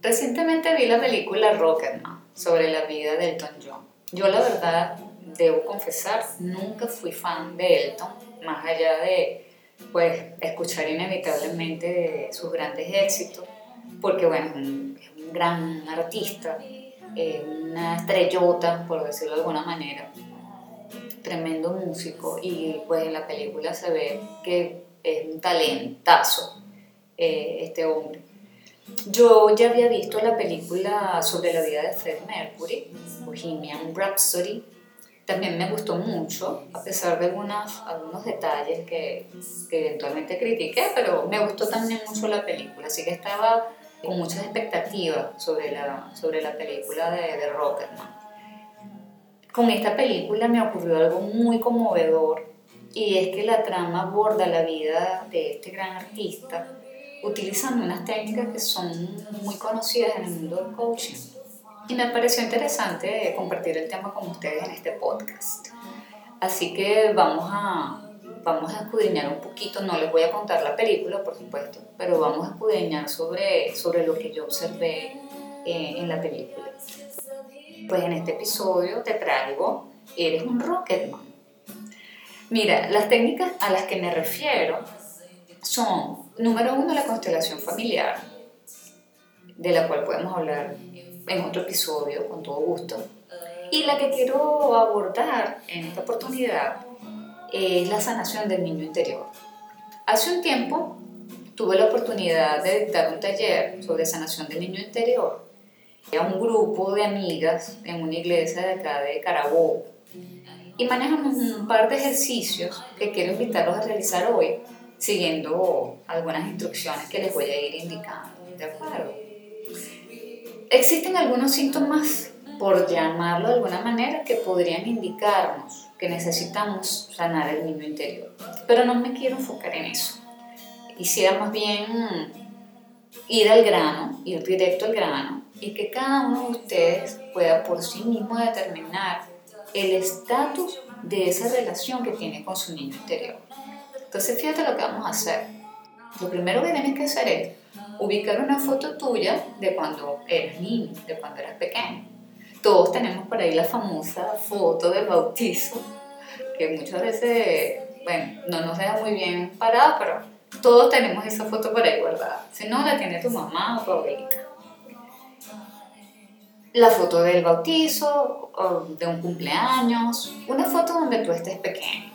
Recientemente vi la película Rocketman sobre la vida de Elton John. Yo la verdad, debo confesar, nunca fui fan de Elton, más allá de escuchar inevitablemente de sus grandes éxitos, porque bueno, es un gran artista, una estrellota, por decirlo de alguna manera, tremendo músico, y pues en la película se ve que es un talentazo este hombre. Yo ya había visto la película sobre la vida de Freddie Mercury, Bohemian Rhapsody. También me gustó mucho, a pesar de algunos detalles que eventualmente critiqué, pero me gustó también mucho la película, así que estaba con muchas expectativas sobre la película de Rocketman. Con esta película me ocurrió algo muy conmovedor, y es que la trama aborda la vida de este gran artista utilizando unas técnicas que son muy conocidas en el mundo del coaching. Y me pareció interesante compartir el tema con ustedes en este podcast. Así que vamos a escudriñar un poquito, no les voy a contar la película, por supuesto, pero vamos a escudriñar sobre lo que yo observé en la película. Pues en este episodio te traigo Eres un Rocketman. Mira, las técnicas a las que me refiero son, número 1, la constelación familiar, de la cual podemos hablar en otro episodio con todo gusto. Y la que quiero abordar en esta oportunidad es la sanación del niño interior. Hace un tiempo tuve la oportunidad de dictar un taller sobre sanación del niño interior a un grupo de amigas en una iglesia de acá de Carabobo. Y manejamos un par de ejercicios que quiero invitarlos a realizar hoy, siguiendo algunas instrucciones que les voy a ir indicando. ¿De acuerdo? Existen algunos síntomas, por llamarlo de alguna manera, que podrían indicarnos que necesitamos sanar el niño interior. Pero no me quiero enfocar en eso. Quisiera más bien ir directo al grano, y que cada uno de ustedes pueda por sí mismo determinar el estatus de esa relación que tiene con su niño interior. Entonces, fíjate lo que vamos a hacer. Lo primero que tienes que hacer es ubicar una foto tuya de cuando eras niño, de cuando eras pequeño. Todos tenemos por ahí la famosa foto del bautizo, que muchas veces, no nos deja muy bien parada, pero todos tenemos esa foto por ahí guardada. Si no, la tiene tu mamá o tu abuelita. La foto del bautizo, o de un cumpleaños, una foto donde tú estés pequeño.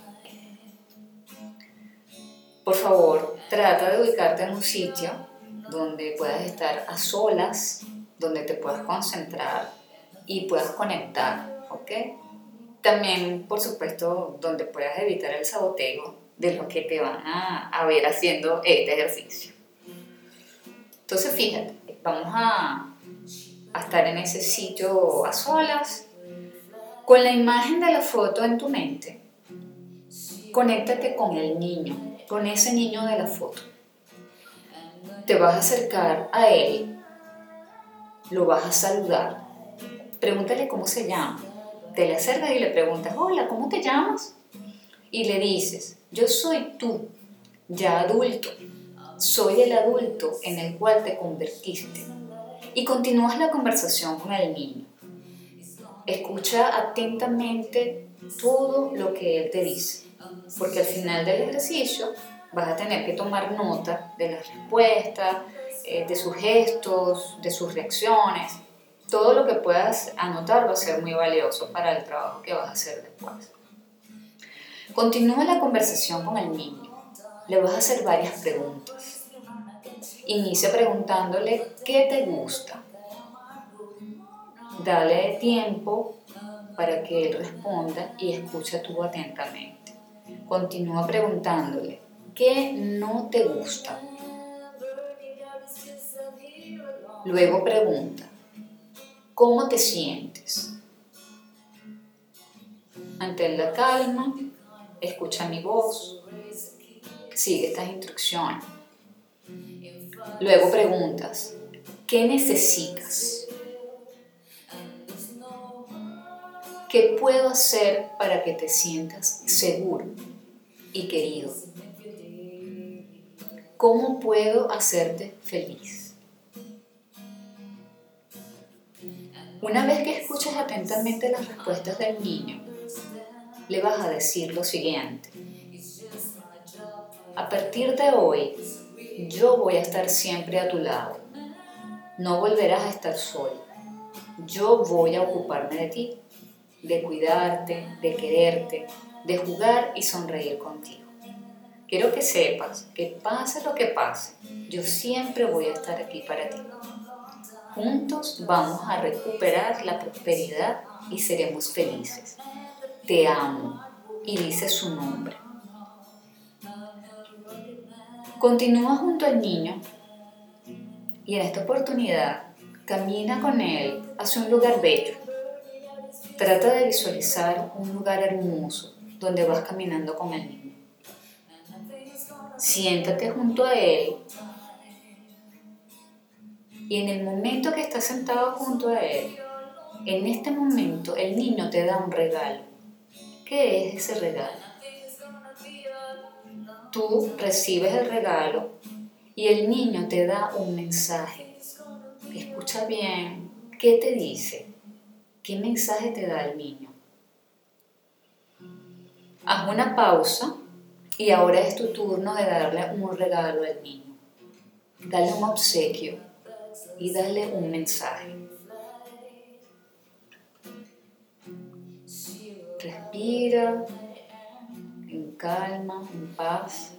Por favor, trata de ubicarte en un sitio donde puedas estar a solas, donde te puedas concentrar y puedas conectar, ¿ok? También, por supuesto, donde puedas evitar el saboteo de los que te van a ver haciendo este ejercicio. Entonces, fíjate, vamos a estar en ese sitio a solas, con la imagen de la foto en tu mente. Conéctate con el niño, con ese niño de la foto. Te vas a acercar a él, lo vas a saludar, pregúntale cómo se llama. Te le acercas y le preguntas, hola, ¿cómo te llamas? Y le dices, yo soy tú, ya adulto, soy el adulto en el cual te convertiste. Y continúas la conversación con el niño. Escucha atentamente todo lo que él te dice, porque al final del ejercicio vas a tener que tomar nota de las respuestas, de sus gestos, de sus reacciones. Todo lo que puedas anotar va a ser muy valioso para el trabajo que vas a hacer después. Continúa la conversación con el niño. Le vas a hacer varias preguntas. Inicia preguntándole qué te gusta. Dale tiempo para que él responda y escucha tú atentamente. Continúa preguntándole qué no te gusta. Luego pregunta, ¿cómo te sientes? Mantén la calma, escucha mi voz, sigue estas instrucciones. Luego preguntas, ¿qué necesitas? ¿Qué puedo hacer para que te sientas seguro y querido? ¿Cómo puedo hacerte feliz? Una vez que escuches atentamente las respuestas del niño, le vas a decir lo siguiente: a partir de hoy, yo voy a estar siempre a tu lado. No volverás a estar solo. Yo voy a ocuparme de ti, de cuidarte, de quererte, de jugar y sonreír contigo. Quiero que sepas que pase lo que pase, yo siempre voy a estar aquí para ti. Juntos vamos a recuperar la prosperidad y seremos felices. Te amo, y dice su nombre. Continúa junto al niño y en esta oportunidad camina con él hacia un lugar bello. Trata de visualizar un lugar hermoso donde vas caminando con el niño. Siéntate junto a él y en el momento que estás sentado junto a él, en este momento el niño te da un regalo. ¿Qué es ese regalo? Tú recibes el regalo y el niño te da un mensaje. Escucha bien, ¿qué te dice? ¿Qué mensaje te da el niño? Haz una pausa y ahora es tu turno de darle un regalo al niño. Dale un obsequio y dale un mensaje. Respira en calma, en paz.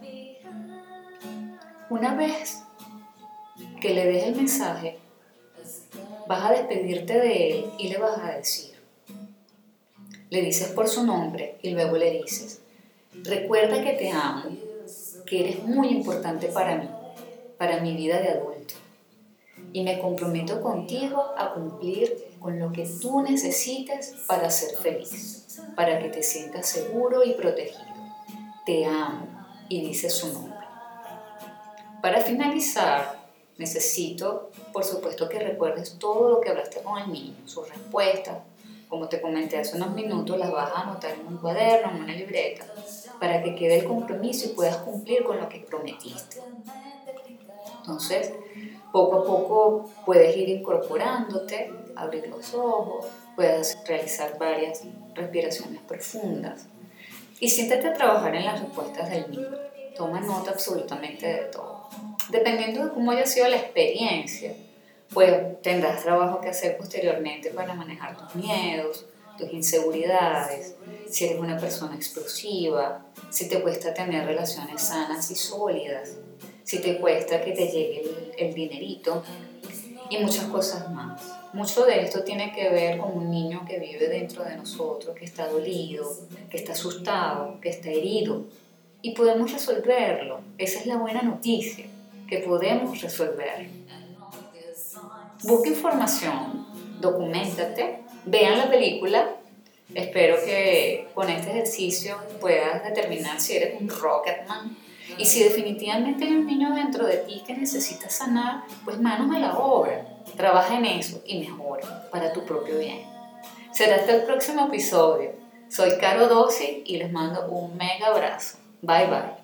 Una vez que le des el mensaje, vas a despedirte de él y le vas a decir. Le dices por su nombre y luego le dices: recuerda que te amo, que eres muy importante para mi vida de adulto. Y me comprometo contigo a cumplir con lo que tú necesites para ser feliz, para que te sientas seguro y protegido. Te amo, y dice su nombre. Para finalizar, necesito, por supuesto, que recuerdes todo lo que hablaste con el niño, sus respuestas. Como te comenté hace unos minutos, las vas a anotar en un cuaderno, en una libreta, para que quede el compromiso y puedas cumplir con lo que prometiste. Entonces, poco a poco puedes ir incorporándote, abrir los ojos, puedes realizar varias respiraciones profundas y siéntate a trabajar en las respuestas del niño. Toma nota absolutamente de todo. Dependiendo de cómo haya sido la experiencia, pues tendrás trabajo que hacer posteriormente para manejar tus miedos, tus inseguridades, si eres una persona explosiva, si te cuesta tener relaciones sanas y sólidas, si te cuesta que te llegue el dinerito y muchas cosas más. Mucho de esto tiene que ver con un niño que vive dentro de nosotros, que está dolido, que está asustado, que está herido. Y podemos resolverlo. Esa es la buena noticia, que podemos resolverlo. Busca información, documéntate, vean la película. Espero que con este ejercicio puedas determinar si eres un Rocketman y si definitivamente hay un niño dentro de ti que necesita sanar, pues manos a la obra. Trabaja en eso y mejora para tu propio bien. Será hasta el próximo episodio. Soy Caro Dossi y les mando un mega abrazo. Bye bye.